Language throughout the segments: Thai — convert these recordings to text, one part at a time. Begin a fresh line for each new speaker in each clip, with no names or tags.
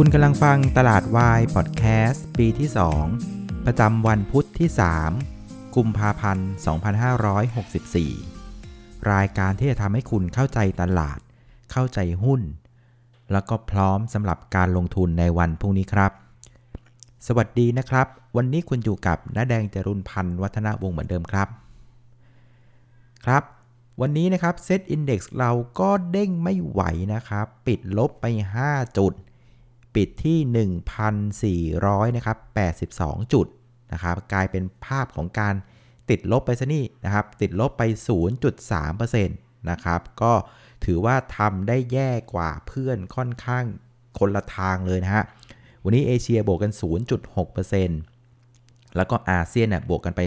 คุณกำลังฟังตลาดวายพอดแคสต์ปีที่2ประจำวันพุธที่3กุมภาพันธ์2564รายการที่จะทำให้คุณเข้าใจตลาดเข้าใจหุ้นแล้วก็พร้อมสำหรับการลงทุนในวันพรุ่งนี้ครับสวัสดีนะครับวันนี้คุณอยู่กับน้าแดงจรุนพันธ์วัฒนวงศ์เหมือนเดิมครับวันนี้นะครับเซตอินเด็กซ์เราก็เด้งไม่ไหวนะครับปิดลบไป5จุดปิดที่ 1,400 นะครับ82จุดนะครับกลายเป็นภาพของการติดลบไปซะนี่นะครับติดลบไป 0.3% นะครับก็ถือว่าทำได้แย่กว่าเพื่อนค่อนข้างคนละทางเลยนะฮะวันนี้เอเชียบวกกัน 0.6% แล้วก็อาเซียนเนี่ยบวกกันไป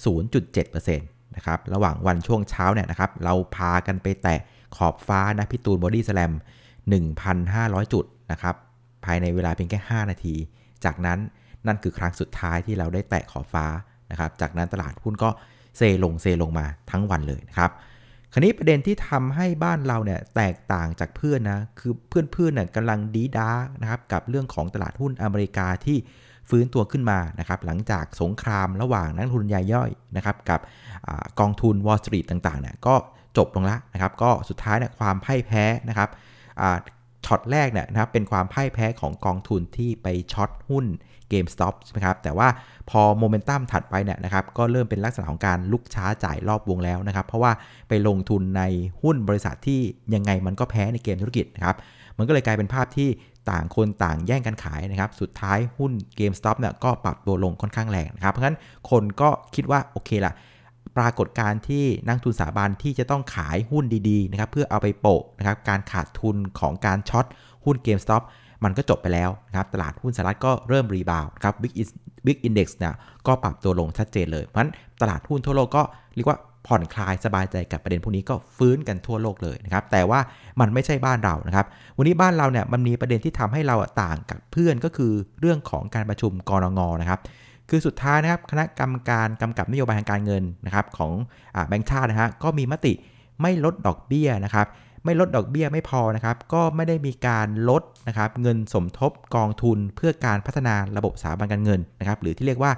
0.7% นะครับระหว่างวันช่วงเช้าเนี่ยนะครับเราพากันไปแตะขอบฟ้านะพี่ตูนบอดี้สแลม 1,500 จุดนะครับภายในเวลาเพียงแค่5นาทีจากนั้นนั่นคือครั้งสุดท้ายที่เราได้แตะขอบฟ้านะครับจากนั้นตลาดหุ้นก็เซลงมาทั้งวันเลยนะครับคราวนี้ประเด็นที่ทำให้บ้านเราเนี่ยแตกต่างจากเพื่อนนะคือเพื่อนเนี่ยกำลังดีด้านะครับกับเรื่องของตลาดหุ้นอเมริกาที่ฟื้นตัวขึ้นมานะครับหลังจากสงครามระหว่างนักทุนรายย่อยนะครับกับกองทุน Wall Street ต่างๆเนี่ยก็จบลงแล้วนะครับก็สุดท้ายเนี่ยความพ่ายแพ้นะครับช็อตแรกเนี่ยนะครับเป็นความพ่ายแพ้ของกองทุนที่ไปช็อตหุ้น GameStop ใช่ไหมครับแต่ว่าพอโมเมนตัมถัดไปเนี่ยนะครับก็เริ่มเป็นลักษณะของการลุกช้าจ่ายรอบวงแล้วนะครับเพราะว่าไปลงทุนในหุ้นบริษัทที่ยังไงมันก็แพ้ในเกมธุรกิจนะครับมันก็เลยกลายเป็นภาพที่ต่างคนต่างแย่งกันขายนะครับสุดท้ายหุ้น GameStop เนี่ยก็ปรับตัวลงค่อนข้างแรงนะครับเพราะฉะนั้นคนก็คิดว่าโอเคละปรากฏการณ์ที่นักทุนสถาบันที่จะต้องขายหุ้นดีๆนะครับเพื่อเอาไปโปะนะครับการขาดทุนของการช็อตหุ้น GameStop มันก็จบไปแล้วนะครับตลาดหุ้นสหรัฐก็เริ่มรีบาวด์ครับ Big Index เนี่ยก็ปรับตัวลงชัดเจนเลยเพราะฉะนั้นตลาดหุ้นทั่วโลกก็เรียกว่าผ่อนคลายสบายใจกับประเด็นพวกนี้ก็ฟื้นกันทั่วโลกเลยนะครับแต่ว่ามันไม่ใช่บ้านเรานะครับวันนี้บ้านเราเนี่ยมันมีประเด็นที่ทำให้เราต่างกับเพื่อนก็คือเรื่องของการประชุมกนง.นะครับคือสุดท้ายนะครับคณะกรรมการกำกับนโยบายทางการเงินนะครับของแบงก์ชาตินะฮะก็มีมติไม่ลดดอกเบี้ยนะครับไม่ลดดอกเบี้ยไม่พอนะครับก็ไม่ได้มีการลดนะครับเงินสมทบกองทุนเพื่อการพัฒนาระบบสถาบันการเงินนะครับหรือที่เรียกว่า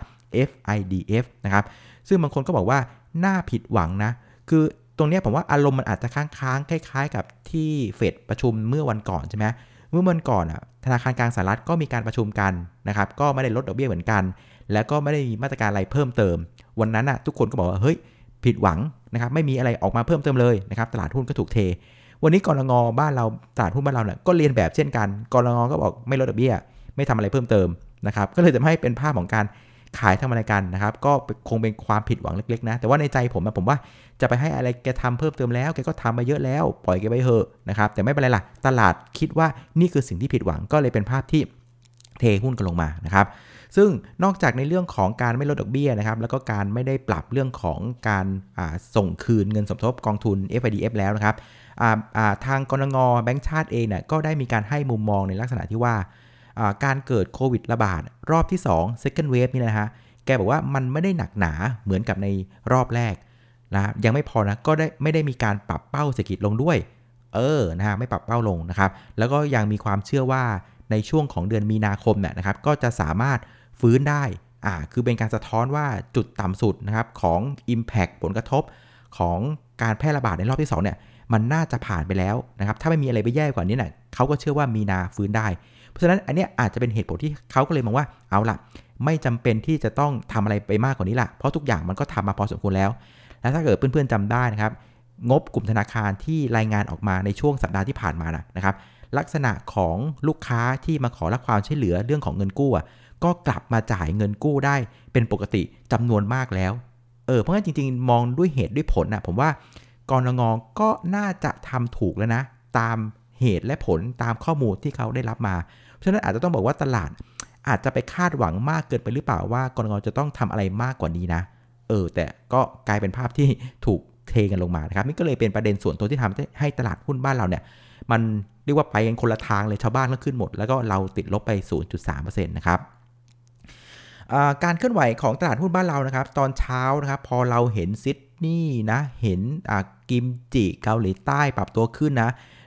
FIDF นะครับซึ่งบางคนก็บอกว่าน่าผิดหวังนะคือตรงนี้ผมว่าอารมณ์มันอาจจะค้างๆคล้ายๆกับที่เฟดประชุมเมื่อวันก่อนใช่ไหมเมื่อวันก่อนธนาคารกลางสหรัฐก็มีการประชุมกันนะครับก็ไม่ได้ลดดอกเบี้ยเหมือนกันแล้วก็ไม่ได้มีมาตรการอะไรเพิ่มเติมวันนั้นทุกคนก็บอกว่าเฮ้ยผิดหวังนะครับไม่มีอะไรออกมาเพิ่มเติมเลยนะครับตลาดหุ้นก็ถูกเทวันนี้กนง.บ้านเราตลาดหุ้นบ้านเราเนี่ยก็เรียนแบบเช่นกันกนง.ก็บอกไม่ลดดอกเบี้ยไม่ทำอะไรเพิ่มเติมนะครับก็เลยทำให้เป็นภาพของการขายทำอะไรกันนะครับก็คงเป็นความผิดหวังเล็กๆนะแต่ว่าในใจผมว่าจะไปให้อะไรแกทำเพิ่มเติมแล้วแกก็ทำมาเยอะแล้วปล่อยแกไปเถอะนะครับแต่ไม่เป็นไรล่ะตลาดคิดว่านี่คือสิ่งที่ผิดหวังก็เลยเป็นภาพที่เทหุ้นกันลงมานะครับซึ่งนอกจากในเรื่องของการไม่ลดดอกเบี้ยนะครับแล้วก็การไม่ได้ปรับเรื่องของการส่งคืนเงินสมทบกองทุน FIDF แล้วนะครับทางกนง.แบงก์ชาติเองเนี่ยก็ได้มีการให้มุมมองในลักษณะที่ว่าการเกิดโควิดระบาดรอบที่2 second wave นี่นะฮะแกบอกว่ามันไม่ได้หนักหนาเหมือนกับในรอบแรกนะยังไม่พอนะก็ไม่ได้มีการปรับเป้าเศรษฐกิจลงด้วยนะฮะไม่ปรับเป้าลงนะครับแล้วก็ยังมีความเชื่อว่าในช่วงของเดือนมีนาคมเนี่ยนะครับก็จะสามารถฟื้นได้คือเป็นการสะท้อนว่าจุดต่ำสุดนะครับของ impact ผลกระทบของการแพร่ระบาดในรอบที่2เนี่ยมันน่าจะผ่านไปแล้วนะครับถ้าไม่มีอะไรไปแย่กว่านี้เนี่ยเขาก็เชื่อว่ามีนาฟื้นได้เพราะฉะนั้นอันนี้อาจจะเป็นเหตุผลที่เขาก็เลยมองว่าเอาล่ะไม่จำเป็นที่จะต้องทำอะไรไปมากกว่านี้ล่ะเพราะทุกอย่างมันก็ทำมาพอสมควรแล้วและถ้าเกิดเพื่อนๆจำได้นะครับงบกลุ่มธนาคารที่รายงานออกมาในช่วงสัปดาห์ที่ผ่านมานะครับลักษณะของลูกค้าที่มาขอรับความช่วยเหลือเรื่องของเงินกู้ก็กลับมาจ่ายเงินกู้ได้เป็นปกติจำนวนมากแล้วเพราะงั้นจริงๆมองด้วยเหตุด้วยผลผมว่ากนง.ก็น่าจะทำถูกแล้วนะตามเหตุและผลตามข้อมูลที่เขาได้รับมาเพราะฉะนั้นอาจจะต้องบอกว่าตลาดอาจจะไปคาดหวังมากเกินไปหรือเปล่าว่ากนง.จะต้องทำอะไรมากกว่านี้นะแต่ก็กลายเป็นภาพที่ถูกเทกันลงมานะครับนี่ก็เลยเป็นประเด็นส่วนตัวที่ทำให้ตลาดหุ้นบ้านเราเนี่ยมันเรียกว่าไปกันคนละทางเลยชาวบ้านก็ขึ้นหมดแล้วก็เราติดลบไป 0.3% นะครับการเคลื่อนไหวของตลาดหุ้นบ้านเรานะครับตอนเช้านะครับพอเราเห็นซิดนีย์นะเห็นกิมจิเกาหลีใต้ปรับตัวขึ้นนะ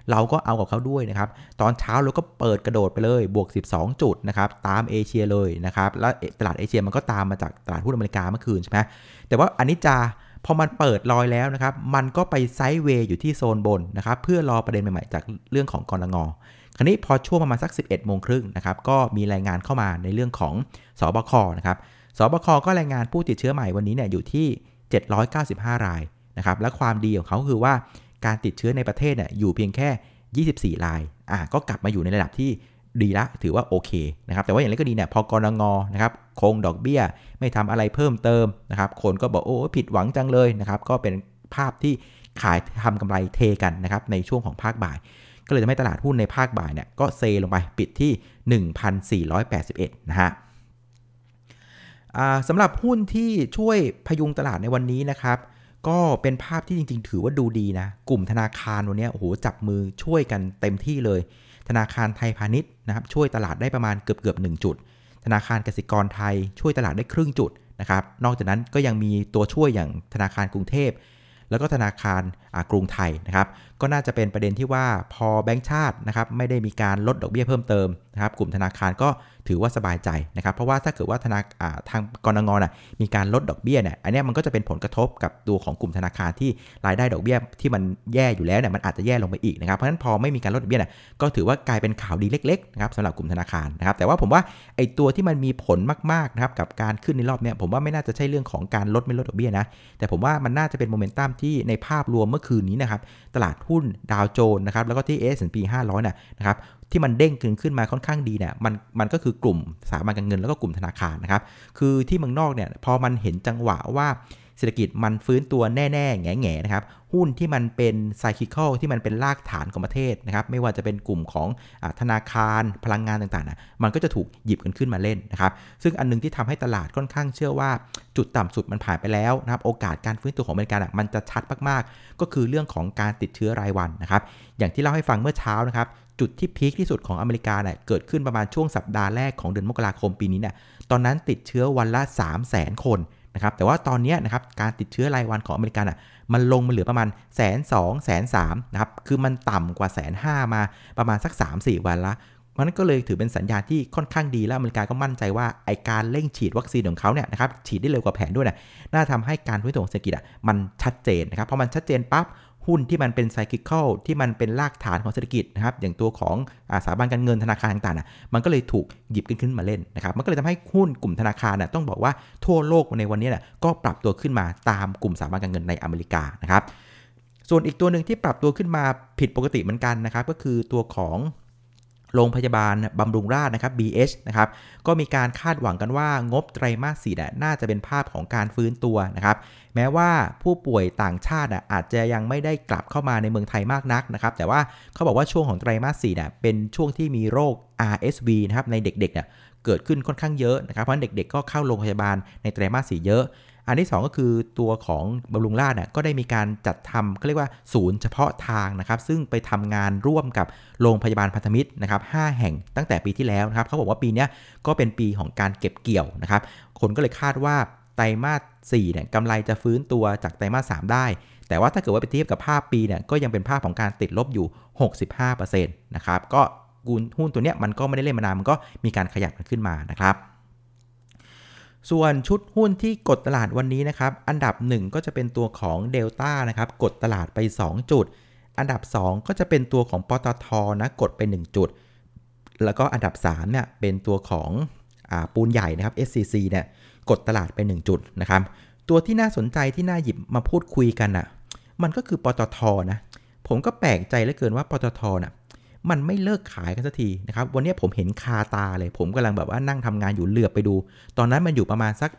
เราก็เอากับเขาด้วยนะครับตอนเช้าเราก็เปิดกระโดดไปเลยบวก12จุดนะครับตามเอเชียเลยนะครับแล้วตลาดเอเชียมันก็ตามมาจากตลาดหุ้นอเมริกาเมื่อคืนใช่ไหมแต่ว่าอันนี้พอมันเปิดลอยแล้วนะครับมันก็ไปไซด์เวย์อยู่ที่โซนบนนะครับเพื่อรอประเด็นใหม่ๆจากเรื่องของกนง.คราวนี้พอช่วงประมาณสัก 11:30 น.นะครับก็มีรายงานเข้ามาในเรื่องของสบค.นะครับสบค.ก็รายงานผู้ติดเชื้อใหม่วันนี้เนี่ยอยู่ที่795รายนะครับและความดีของเขาคือว่าการติดเชื้อในประเทศเนี่ยอยู่เพียงแค่24รายก็กลับมาอยู่ในระดับที่ดีละถือว่าโอเคนะครับแต่ว่าอย่างไรก็ดีเนี่ยพอกนง.นะครับคงดอกเบี้ยไม่ทำอะไรเพิ่มเติมนะครับคนก็บอกโอ้ผิดหวังจังเลยนะครับก็เป็นภาพที่ขายทำกำไรเทกันนะครับในช่วงของภาคบ่ายก็เลยทำให้ตลาดหุ้นในภาคบ่ายเนี่ยก็เซลงไปปิดที่ 1,481 นะฮะสำหรับหุ้นที่ช่วยพยุงตลาดในวันนี้นะครับก็เป็นภาพที่จริงๆถือว่าดูดีนะกลุ่มธนาคารวันนี้โอ้โหจับมือช่วยกันเต็มที่เลยธนาคารไทยพาณิชย์นะครับช่วยตลาดได้ประมาณเกือบ1จุดธนาคารกสิกรไทยช่วยตลาดได้ครึ่งจุดนะครับนอกจากนั้นก็ยังมีตัวช่วยอย่างธนาคารกรุงเทพแล้วก็ธนาคารกรุงไทยนะครับก็น่าจะเป็นประเด็นที่ว่าพอแบงก์ชาตินะครับไม่ได้มีการลดดอกเบี้ยเพิ่มเติมนะครับกลุ่มธนาคารก็ถือว่าสบายใจนะครับเพราะว่าถ้าเกิดว่าทางกนง.มีการลดดอกเบี้ยเนี่ยอันนี้มันก็จะเป็นผลกระทบกับตัวของกลุ่มธนาคารที่รายได้ดอกเบี้ยที่มันแย่อยู่แล้วเนี่ยมันอาจจะแย่ลงไปอีกนะครับเพราะฉะนั้นพอไม่มีการลดดอกเบี้ยเนี่ยก็ถือว่ากลายเป็นข่าวดีเล็กๆนะครับสำหรับกลุ่มธนาคารนะครับแต่ว่าผมว่าไอ้ตัวที่มันมีผลมากๆนะครับกับการขึ้นในรอบนี้ผมว่าไม่น่าจะใช่เรื่องของการลดไม่ลดดอกเบี้ยนะแต่ผมว่ามันน่าจะเป็นโมเมนตัมที่ในภาพรวมเมื่อคืนนี้นะครับตลาดหุ้นดาวโจนส์นะครับแล้วก็ที่ S&P 500นะครับที่มันเด้งขึ้นมาค่อนข้างดีเนี่ยมันก็คือกลุ่มสถาบันการเงินแล้วก็กลุ่มธนาคารนะครับคือที่เมืองนอกเนี่ยพอมันเห็นจังหวะว่าเศรษฐกิจมันฟื้นตัวแน่ๆแง่ๆนะครับหุ้นที่มันเป็นไซคลิคอลที่มันเป็นรากฐานของประเทศนะครับไม่ว่าจะเป็นกลุ่มของธนาคารพลังงานต่างๆนะมันก็จะถูกหยิบกันขึ้นมาเล่นนะครับซึ่งอันนึงที่ทำให้ตลาดค่อนข้างเชื่อว่าจุดต่ำสุดมันผ่านไปแล้วนะครับโอกาสการฟื้นตัวของอเมริกามันจะชัดมากๆก็คือเรื่องของการติดเชื้อรายวันนะครับอย่างที่เล่าให้ฟังเมื่อเช้านะครับจุดที่พีคที่สุดของอเมริกาเนี่ยเกิดขึ้นประมาณช่วงสัปดาห์แรกของเดือนมกราคมปีนี้เนี่ยตอนนั้นติดเชื้อวันละ 300,000 คนนะครับแต่ว่าตอนนี้นะครับการติดเชื้อรายวันของอเมริกามันลงมาเหลือประมาณ 120,000 130,000 นะครับคือมันต่ำกว่า 150,000 มาประมาณสัก 3-4 วันละเพราะนั้นก็เลยถือเป็นสัญญาณที่ค่อนข้างดีและอเมริกาก็มั่นใจว่าไอการเร่งฉีดวัคซีนของเขาเนี่ยนะครับฉีดได้เร็วกว่าแผนด้วยน่าทำให้การฟื้นตัวของเศรษฐกิจมันชัดเจนนะครับพอมันชัดเจนปั๊บหุ้นที่มันเป็นไซคลิคอลที่มันเป็นรากฐานของเศรษฐกิจนะครับอย่างตัวของสถาบันการเงินธนาคารต่างๆมันก็เลยถูกหยิบขึ้นมาเล่นนะครับมันก็เลยทำให้หุ้นกลุ่มธนาคารต้องบอกว่าทั่วโลกในวันนี้ก็ปรับตัวขึ้นมาตามกลุ่มสถาบันการเงินในอเมริกานะครับส่วนอีกตัวหนึ่งที่ปรับตัวขึ้นมาผิดปกติเหมือนกันนะครับก็คือตัวของโรงพยาบาลบำรุงราษฎร์นะครับ BH นะครับก็มีการคาดหวังกันว่างบไตรมาส 4น่าจะเป็นภาพของการฟื้นตัวนะครับแม้ว่าผู้ป่วยต่างชาติอาจจะยังไม่ได้กลับเข้ามาในเมืองไทยมากนักนะครับแต่ว่าเขาบอกว่าช่วงของไตรมาส 4เป็นช่วงที่มีโรค RSV นะครับในเด็กๆเกิดขึ้นค่อนข้างเยอะนะครับเพราะเด็กๆก็เข้าโรงพยาบาลในไตรมาส 4เยอะอันที่2ก็คือตัวของบำรุงราษฎร์ก็ได้มีการจัดทำเขาเรียกว่าศูนย์เฉพาะทางนะครับซึ่งไปทำงานร่วมกับโรงพยาบาลพันธมิตรนะครับ5แห่งตั้งแต่ปีที่แล้วนะครับเขาบอกว่าปีนี้ก็เป็นปีของการเก็บเกี่ยวนะครับคนก็เลยคาดว่าไตรมาส 4เนี่ยกำไรจะฟื้นตัวจากไตรมาส 3ได้แต่ว่าถ้าเกิดว่าไปเทียบกับภาพปีเนี่ยก็ยังเป็นภาพของการติดลบอยู่ 65% นะครับก็หุ้นตัวเนี้ยมันก็ไม่ได้เล่นมานานมันก็มีการขยับขึ้นมานะครับส่วนชุดหุ้นที่กดตลาดวันนี้นะครับอันดับ1ก็จะเป็นตัวของ Delta นะครับกดตลาดไป2จุดอันดับ2ก็จะเป็นตัวของปตท.นะกดไป1จุดแล้วก็อันดับ3เนี่ยเป็นตัวของปูนใหญ่นะครับ SCC เนี่ยกดตลาดไป1จุดนะครับตัวที่น่าสนใจที่น่าหยิบมาพูดคุยกันมันก็คือปตท.นะผมก็แปลกใจเหลือเกินว่าปตท.มันไม่เลิกขายกันสักทีนะครับวันนี้ผมเห็นคาตาเลยผมกำลังแบบว่านั่งทำงานอยู่เหลือบไปดูตอนนั้นมันอยู่ประมาณสัก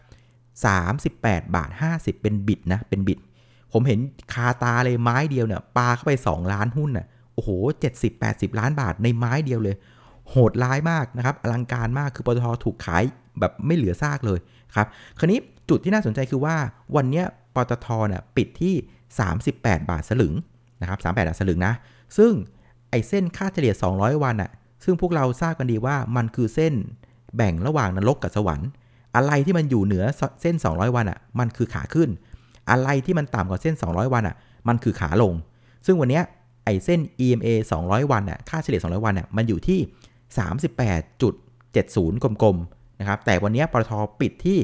38.50 เป็นบิตนะเป็นบิตผมเห็นคาตาเลยไม้เดียวเนี่ยปาเข้าไป2ล้านหุ้นโอ้โห70-80 ล้านบาทในไม้เดียวเลยโหดร้ายมากนะครับอลังการมากคือปตท.ถูกขายแบบไม่เหลือซากเลยครับคราวนี้จุดที่น่าสนใจคือว่าวันนี้ปตท.ปิดที่38 บาทสลึงนะครับ38 บาทสลึงนะซึ่งไอ้เส้นค่าเฉลี่ย200วันซึ่งพวกเราทราบกันดีว่ามันคือเส้นแบ่งระหว่างนรกกับสวรรค์อะไรที่มันอยู่เหนือเส้น200วันมันคือขาขึ้นอะไรที่มันต่ำกว่าเส้น200วันมันคือขาลงซึ่งวันนี้ไอ้เส้น EMA 200 วันน่ะค่าเฉลี่ย200 วันน่ะมันอยู่ที่ 38.70 กลมๆนะครับแต่วันนี้ปตท.ปิดที่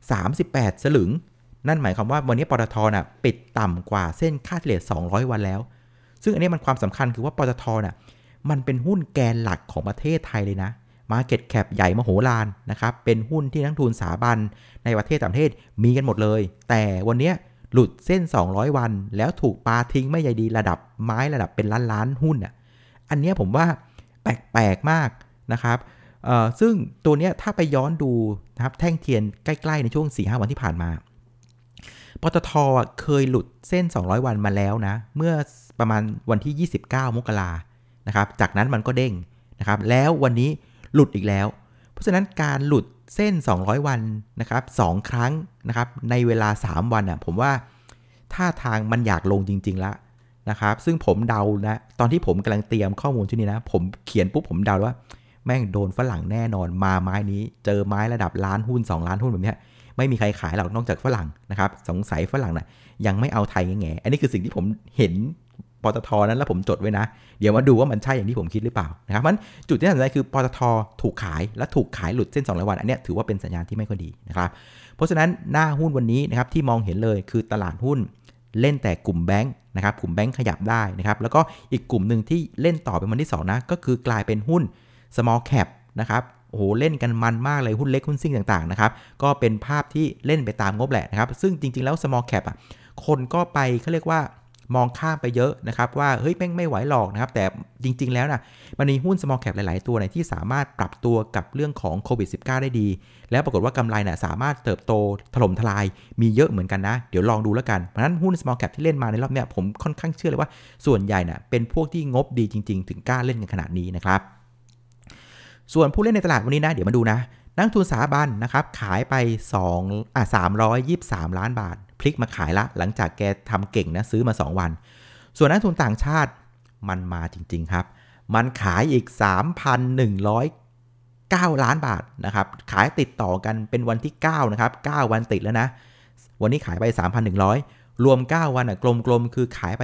38สลึงนั่นหมายความว่าวันนี้ปตท.น่ะปิดต่ำกว่าเส้นค่าเฉลี่ย200 วันแล้วซึ่งอันนี้มันความสำคัญคือว่าปตท.น่ะมันเป็นหุ้นแกนหลักของประเทศไทยเลยนะ Market Cap ใหญ่มโหฬารนะครับเป็นหุ้นที่นักทุนสถาบันในประเทศต่างประเทศมีกันหมดเลยแต่วันนี้หลุดเส้น200 วันแล้วถูกปาทิ้งไม่ใยดีระดับไม้ระดับเป็นล้านหุ้นอ่ะอันนี้ผมว่าแปลกมากนะครับซึ่งตัวนี้ถ้าไปย้อนดูนะครับแท่งเทียนใกล้ๆในช่วง 4-5 วันที่ผ่านมาปตท.เคยหลุดเส้น200 วันมาแล้วนะเมื่อประมาณวันที่29 มกรานะครับจากนั้นมันก็เด้งนะครับแล้ววันนี้หลุดอีกแล้วเพราะฉะนั้นการหลุดเส้น200 วันนะครับ2ครั้งนะครับในเวลา3วันน่ะผมว่าท่าทางมันอยากลงจริงๆแล้วนะครับซึ่งผมเดานะตอนที่ผมกำลังเตรียมข้อมูลชุดนี้นะผมเขียนปุ๊บผมเดาว่าแม่งโดนฝรั่งแน่นอนมาไม้นี้เจอไม้ระดับล้านหุ้น2ล้านหุ้นแบบนี้ไม่มีใครขายหรอกนอกจากฝรั่งนะครับสงสัยฝรั่งน่ะยังไม่เอาไทยแง่ๆอันนี้คือสิ่งที่ผมเห็นปตท.นั้นแล้วผมจดไว้นะเดี๋ยวมาดูว่ามันใช่อย่างที่ผมคิดหรือเปล่านะครับมันจุดที่น่าสนใจคือปตท.ถูกขายและถูกขายหลุดเส้น200 วันอันนี้ถือว่าเป็นสัญญาณที่ไม่ค่อยดีนะครับเพราะฉะนั้นหน้าหุ้นวันนี้นะครับที่มองเห็นเลยคือตลาดหุ้นเล่นแต่กลุ่มแบงค์นะครับกลุ่มแบงค์ขยับได้นะครับแล้วก็อีกกลุ่มหนึ่งที่เล่นต่อเป็นวันที่2นะก็คือกลายเป็นหุ้น small cap นะครับโอ้โหเล่นกันมันมากเลยหุ้นเล็กหุ้นซิ่งต่างๆนะครับก็เป็นภาพที่เล่นไปตามงบแหละนะครับซึ่งจริงๆแล้ว small cap คนก็ไปเขาเรียกว่ามองข้ามไปเยอะนะครับว่าเฮ้ยแม่งไม่ไหวหรอกนะครับแต่จริงๆแล้วนะมันมีหุ้น small cap หลายๆตัวที่สามารถปรับตัวกับเรื่องของโควิด -19 ได้ดีแล้วปรากฏว่ากำไรน่ะสามารถเติบโตถล่มทลายมีเยอะเหมือนกันนะเดี๋ยวลองดูแล้วกันเพราะฉะนั้นหุ้น small cap ที่เล่นมาในรอบเนี้ยผมค่อนข้างเชื่อเลยว่าส่วนใหญ่น่ะเป็นพวกที่งบดีจริงๆถึงกล้าเล่นกันขนาดนี้นะครับส่วนผู้เล่นในตลาดวันนี้นะเดี๋ยวมาดูนะนักทุนสถาบันนะครับขายไป323 ล้านบาทพลิกมาขายละหลังจากแกทำเก่งนะซื้อมา2วันส่วนนักทุนต่างชาติมันมาจริงๆครับมันขายอีก 3,109 ล้านบาทนะครับขายติดต่อกันเป็นวันที่9นะครับ9วันติดแล้วนะวันนี้ขายไป 3,100 รวม9วันกลมๆคือขายไป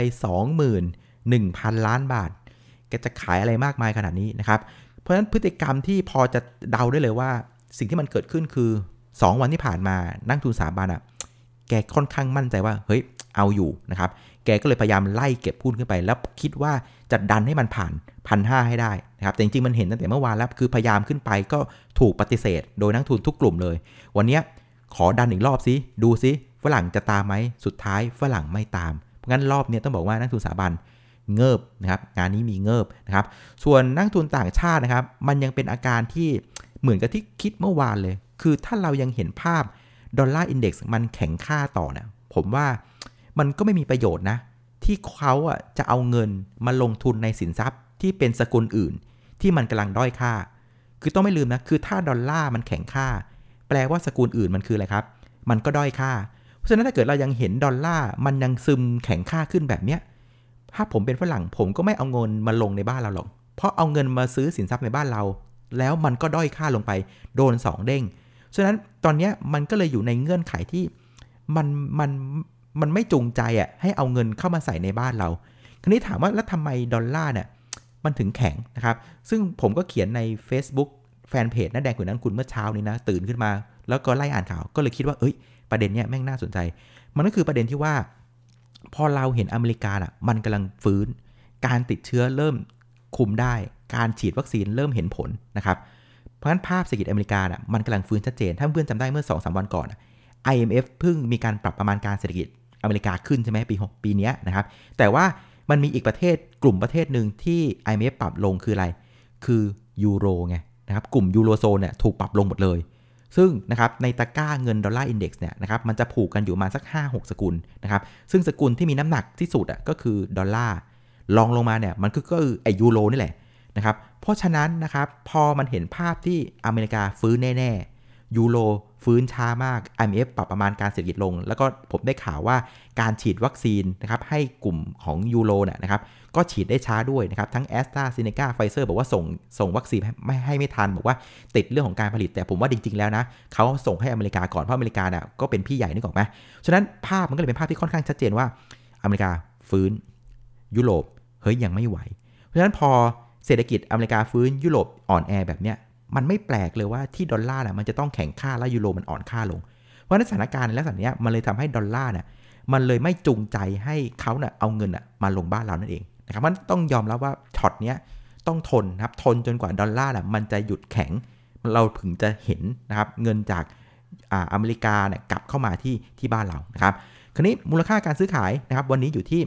21,000 ล้านบาทแกจะขายอะไรมากมายขนาดนี้นะครับเพราะฉะนั้นพฤติกรรมที่พอจะเดาได้เลยว่าสิ่งที่มันเกิดขึ้นคือ2วันที่ผ่านมานักทุนสถาบันแกค่อนข้างมั่นใจว่าเฮ้ยเอาอยู่นะครับแกก็เลยพยายามไล่เก็บหุ้นขึ้นไปแล้วคิดว่าจะดันให้มันผ่าน 1,500 ให้ได้นะครับแต่จริงๆมันเห็นตั้งแต่เมื่อวานแล้วคือพยายามขึ้นไปก็ถูกปฏิเสธโดยนักทุนทุกกลุ่มเลยวันนี้ขอดันอีกรอบซิดูซิฝรั่งจะตามไหมสุดท้ายฝรั่งไม่ตามเพราะงั้นรอบนี้ต้องบอกว่านักทุนสถาบันเงิบนะครับงานนี้มีเงิบนะครับส่วนนักทุนต่างชาตินะครับมันยังเป็นอาการที่เหมือนกับที่คิดเมื่อวานเลยคือถ้าเรายังเห็นภาพดอลลาร์อินเด็กซ์มันแข็งค่าต่อเนี่ยผมว่ามันก็ไม่มีประโยชน์นะที่เขาจะเอาเงินมาลงทุนในสินทรัพย์ที่เป็นสกุลอื่นที่มันกำลังด้อยค่าคือต้องไม่ลืมนะคือถ้าดอลลาร์มันแข็งค่าแปลว่าสกุลอื่นมันคืออะไรครับมันก็ด้อยค่าเพราะฉะนั้นถ้าเกิดเรายังเห็นดอลลาร์มันยังซึมแข็งค่าขึ้นแบบเนี้ยถ้าผมเป็นฝรั่งผมก็ไม่เอาเงินมาลงในบ้านเราหรอกเพราะเอาเงินมาซื้อสินทรัพย์ในบ้านเราแล้วมันก็ด้อยค่าลงไปโดน2เด้งฉะนั้นตอนนี้มันก็เลยอยู่ในเงื่อนไขที่มันไม่จูงใจให้เอาเงินเข้ามาใส่ในบ้านเราคราวนี้ถามว่าแล้วทำไมดอลลาร์เนี่ยมันถึงแข็งนะครับซึ่งผมก็เขียนใน Facebook แฟนเพจน้าแดงขุนนั้นคุณเมื่อเช้านี้นะตื่นขึ้นมาแล้วก็ไล่อ่านข่าวก็เลยคิดว่าเอ้ยประเด็นเนี้ยแม่งน่าสนใจมันก็คือประเด็นที่ว่าพอเราเห็นอเมริกามันกำลังฟื้นการติดเชื้อเริ่มคุมได้การฉีดวัคซีนเริ่มเห็นผลนะครับเพราะฉะนั้นภาพเศรษฐกิจอเมริกามันกำลังฟื้นชัดเจนถ้าเพื่อนจำได้เมื่อ 2-3 วันก่อนIMF เพิ่งมีการปรับประมาณการเศรษฐกิจอเมริกาขึ้นใช่ไหมปีนี้นะครับแต่ว่ามันมีอีกประเทศกลุ่มประเทศหนึ่งที่ IMF ปรับลงคืออะไรคือยูโรไงนะครับกลุ่มยูโรโซนถูกปรับลงหมดเลยซึ่งนะครับในตะกร้าเงินดอลลาร์อินเด็กซ์เนี่ยนะครับมันจะผูกกันอยู่มาสัก 5-6 สกุลนะครับซึ่งสกุลที่มีน้ำหนักที่สุดก็คือดอลลาร์ลองลงมาเนี่ยมันก็คือไอ้ยูโรนี่แหละนะครับเพราะฉะนั้นนะครับพอมันเห็นภาพที่อเมริกาฟื้นแน่ๆยูโรฟื้นช้ามาก IMF ปรับประมาณการเศรษฐกิจลงแล้วก็ผมได้ข่าวว่าการฉีดวัคซีนนะครับให้กลุ่มของยูโรนะครับก็ฉีดได้ช้าด้วยนะครับทั้ง AstraZeneca Pfizer บอกว่าส่งวัคซีนไม่ทันบอกว่าติดเรื่องของการผลิตแต่ผมว่าจริงๆแล้วนะเขาส่งให้อเมริกาก่อนเพราะอเมริกาก็เป็นพี่ใหญ่นึกออกไหมฉะนั้นภาพมันก็เลยเป็นภาพที่ค่อนข้างชัดเจนว่าอเมริกาฟื้นยุโรปเฮ้ยยังไม่ไหวเพราะฉะนั้นพอเศรษฐกิจอเมริกาฟื้นยุโรปอ่อนแอแบบเนี้ยมันไม่แปลกเลยว่าที่ดอลลาร์น่ะมันจะต้องแข็งค่าและยูโรมันอ่อนค่าลงเพราะฉะนั้นสถานการณ์ในลักษณะนี้มันเลยทำให้ดอลลาร์น่ะมันเลยไม่จูงใจให้เขาน่ะเอาเงินน่ะมาลงบ้านเรานั่นเองนะครับมันต้องยอมรับว่าช็อตเนี้ยต้องทนนะครับทนจนกว่าดอลลาร์น่ะมันจะหยุดแข็งเราถึงจะเห็นนะครับเงินจากอเมริกาเนี่ยกลับเข้ามาที่บ้านเรานะครับคราวนี้มูลค่าการซื้อขายนะครับวันนี้อยู่ที่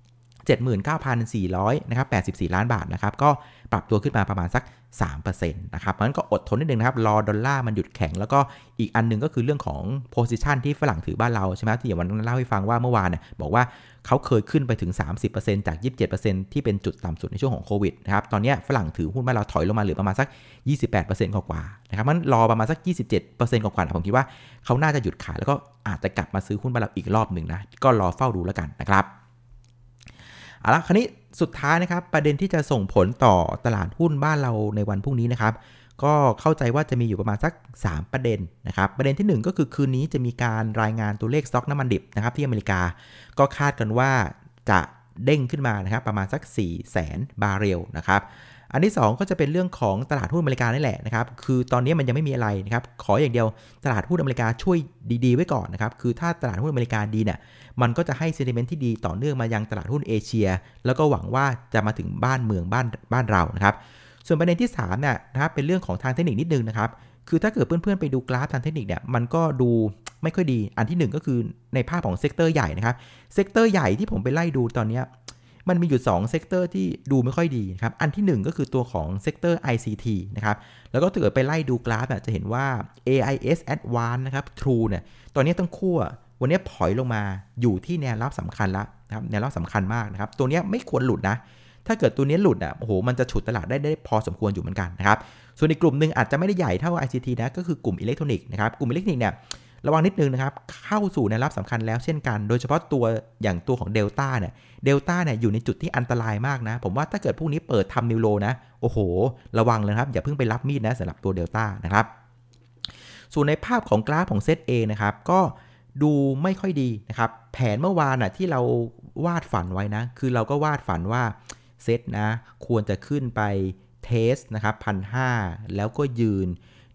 79,400 นะครับ84ล้านบาทนะครับก็ปรับตัวขึ้นมาประมาณสัก 3% นะครับเพราะฉะนั้นก็อดทนนิดนึงนะครับรอดอลลาร์มันหยุดแข็งแล้วก็อีกอันนึงก็คือเรื่องของ position ที่ฝรั่งถือบ้านเราใช่ไหมที่อย่างวันนั้นเล่าให้ฟังว่าเมื่อวานเนี่ยบอกว่าเขาเคยขึ้นไปถึง 30% จาก 27% ที่เป็นจุดต่ำสุดในช่วงของโควิดนะครับตอนนี้ฝรั่งถือหุ้นบ้านเราถอยลงมาเหลือประมาณสัก 28% กว่าๆนะครับมันรอประมาณสัก 27% กว่าๆผมคิดว่าเขาน่าจะหยุดขายแล้วก็อาจจะกลับมาซื้อหุ้นบ้านเราอีกรอบหนึ่งนะก็รอเฝ้าดูแล้วกันนะครับเอาละคราวนี้สุดท้ายนะครับประเด็นที่จะส่งผลต่อตลาดหุ้นบ้านเราในวันพรุ่งนี้นะครับก็เข้าใจว่าจะมีอยู่ประมาณสัก3ประเด็นนะครับประเด็นที่1ก็คือคืนนี้จะมีการรายงานตัวเลขสต็อกน้ำมันดิบนะครับที่อเมริกาก็คาดกันว่าจะเด้งขึ้นมานะครับประมาณสัก 400,000 บาร์เรลนะครับอันที่2ก็จะเป็นเรื่องของตลาดหุ้นอเมริกานี่แหละนะครับคือตอนนี้มันยังไม่มีอะไรนะครับขออย่างเดียวตลาดหุ้นอเมริกาช่วยดีๆไว้ก่อนนะครับคือถ้าตลาดหุ้นอเมริกาดีเนี่ยมันก็จะให้เซนติเมนต์ที่ดีต่อเนื่องมายังตลาดหุ้นเอเชียแล้วก็หวังว่าจะมาถึงบ้านเมืองบ้านเรานะครับส่วนประเด็นที่3เนี่ยนะครับเป็นเรื่องของทางเทคนิคนิดนึงนะครับคือถ้าเกิดเพื่อนๆไปดูกราฟทางเทคนิคเนี่ยมันก็ดูไม่ค่อยดีอันที่1ก็คือในภาพของเซกเตอร์ใหญ่นะครับเซกเตอร์ใหญ่ที่ผมไปไล่ดูตอนนี้มันมีอยู่2เซกเตอร์ที่ดูไม่ค่อยดีครับอันที่1ก็คือตัวของเซกเตอร์ ICT นะครับแล้วก็ถ้าเกิดไปไล่ดูกราฟจะเห็นว่า AIS Advanced นะครับ True เนี่ยตอนนี้ทั้งคู่วันนี้ถอยลงมาอยู่ที่แนวรับสำคัญแล้วนะครับแนวรับสำคัญมากนะครับตัวนี้ไม่ควรหลุดนะถ้าเกิดตัวนี้หลุดโอ้โหมันจะฉุดตลาดได้พอสมควรอยู่เหมือนกันนะครับส่วนอีกกลุ่มหนึ่งอาจจะไม่ได้ใหญ่เท่า ICT นะก็คือกลุ่มอิเล็กทรอนิกส์นะครับกลุ่มอิเล็กทรอนิกส์เนี่ยระวังนิดนึงนะครับเข้าสู่แนวรับสำคัญแล้วเช่นกันโดยเฉพาะตัวอย่างตัวของเดลต้าเนี่ยอยู่ในจุดที่อันตรายมากนะผมว่าถ้าเกิดพวกนี้เปิดทำนิวโลนะโอ้โหระวังเลยครับอย่าเพิ่งไปรับมีดนะสำหรับตัวเดลต้านะครับส่วนในภาพของกราฟของเซตเองนะครับก็ดูไม่ค่อยดีนะครับแผนเมื่อวานที่เราวาดฝันไว้นะคือเราก็วาดฝันว่าเซตนะควรจะขึ้นไปเทสนะครับ 1,500 แล้วก็ยืน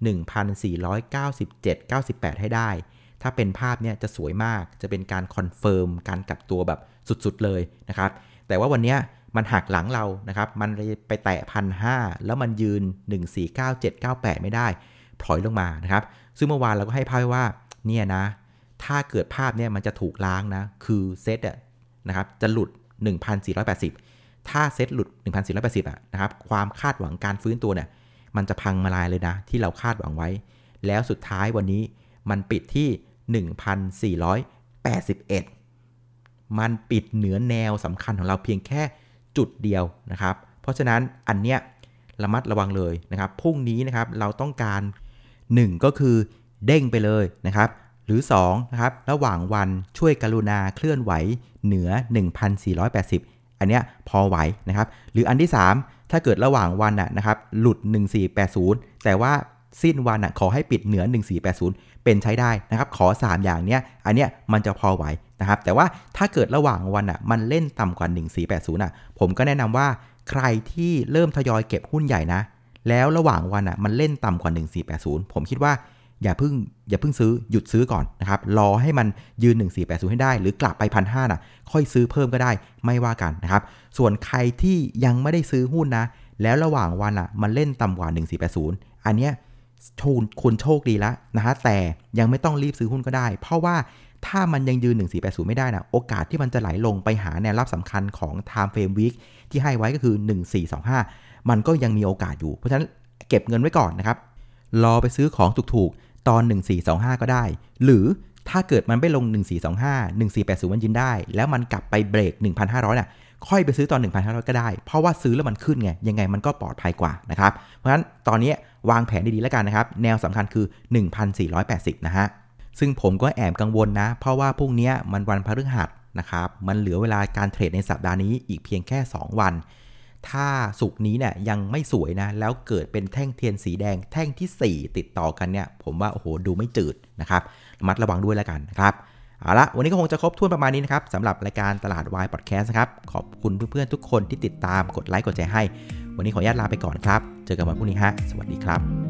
1,497-98 ให้ได้ถ้าเป็นภาพเนี่ยจะสวยมากจะเป็นการคอนเฟิร์มการกลับตัวแบบสุดๆเลยนะครับแต่ว่าวันนี้มันหักหลังเรานะครับมันไปแตะ 1,500 แล้วมันยืน 1,497-98 ไม่ได้ถอยลงมานะครับซึ่งเมื่อวานเราก็ให้ภาพว่าเนี่ยนะถ้าเกิดภาพเนี่ยมันจะถูกล้างนะคือเซตนะครับจะหลุด 1,480 ถ้าเซตหลุด 1,480 นะครับความคาดหวังการฟื้นตัวเนี่ยมันจะพังมาลายเลยนะที่เราคาดหวังไว้แล้วสุดท้ายวันนี้มันปิดที่ 1,481 มันปิดเหนือแนวสำคัญของเราเพียงแค่จุดเดียวนะครับเพราะฉะนั้นอันเนี้ยระมัดระวังเลยนะครับพรุ่งนี้นะครับเราต้องการ1ก็คือเด้งไปเลยนะครับหรือ2นะครับระหว่างวันช่วยกรุณาเคลื่อนไหวเหนือ 1,480 อันเนี้ยพอไหวนะครับหรืออันที่3ถ้าเกิดระหว่างวันนะครับหลุด 1,480 แต่ว่าสิ้นวันขอให้ปิดเหนือ 1,480 เป็นใช้ได้นะครับขอ3อย่างเนี้ยอันเนี้ยมันจะพอไหวนะครับแต่ว่าถ้าเกิดระหว่างวันมันเล่นต่ำกว่า 1,480 ผมก็แนะนำว่าใครที่เริ่มทยอยเก็บหุ้นใหญ่นะแล้วระหว่างวันมันเล่นต่ำกว่า 1,480 ผมคิดว่าอย่าเพิ่งซื้อหยุดซื้อก่อนนะครับรอให้มันยืน 1,480 ให้ได้หรือกลับไป 1,500 ค่อยซื้อเพิ่มก็ได้ไม่ว่ากันนะครับส่วนใครที่ยังไม่ได้ซื้อหุ้นนะแล้วระหว่างวันมันเล่นต่ำกว่า 1,480 อันเนี้ยคุณโชคดีแล้วนะฮะแต่ยังไม่ต้องรีบซื้อหุ้นก็ได้เพราะว่าถ้ามันยังยืน 1,480 ไม่ได้นะโอกาสที่มันจะไหลลงไปหาแนวรับสำคัญของ Time Frame Week ที่ให้ไว้ก็คือ 1,425 มันก็ยังมีโอกาสอยู่เพราะฉะนั้นเก็บเงินไว้ก่อนนะครับรอไปซื้อของถูกๆตอน 1,425 ก็ได้หรือถ้าเกิดมันไม่ลง 1,425 1,480 มันยืนได้แล้วมันกลับไปเบรก 1,500 น่ะค่อยไปซื้อตอน 1,500 ก็ได้เพราะว่าซื้อแล้วมันขึ้นไงยังไงมันก็ปลอดภัยกว่านะครับเพราะฉะนั้นตอนนี้วางแผนดีๆแล้วกันนะครับแนวสำคัญคือ 1,480 นะฮะซึ่งผมก็แอบกังวลนะเพราะว่าพรุ่งนี้มันวันพฤหัสนะครับมันเหลือเวลาการเทรดในสัปดาห์นี้อีกเพียงแค่2วันถ้าศุกร์นี้เนี่ยยังไม่สวยนะแล้วเกิดเป็นแท่งเทียนสีแดงแท่งที่4ติดต่อกันเนี่ยผมว่าโอ้โหดูไม่จืดนะครับระมัดระวังด้วยแล้วกันนะครับเอาละวันนี้ก็คงจะครบถ้วนประมาณนี้นะครับสำหรับรายการตลาดวายพอดแคสต์นะครับขอบคุณเพื่อนๆทุกคนที่ติดตามกดไลค์กดแชร์ให้วันนี้ขออนุญาตลาไปก่อนครับเจอกันวันพรุ่งนี้ฮะสวัสดีครับ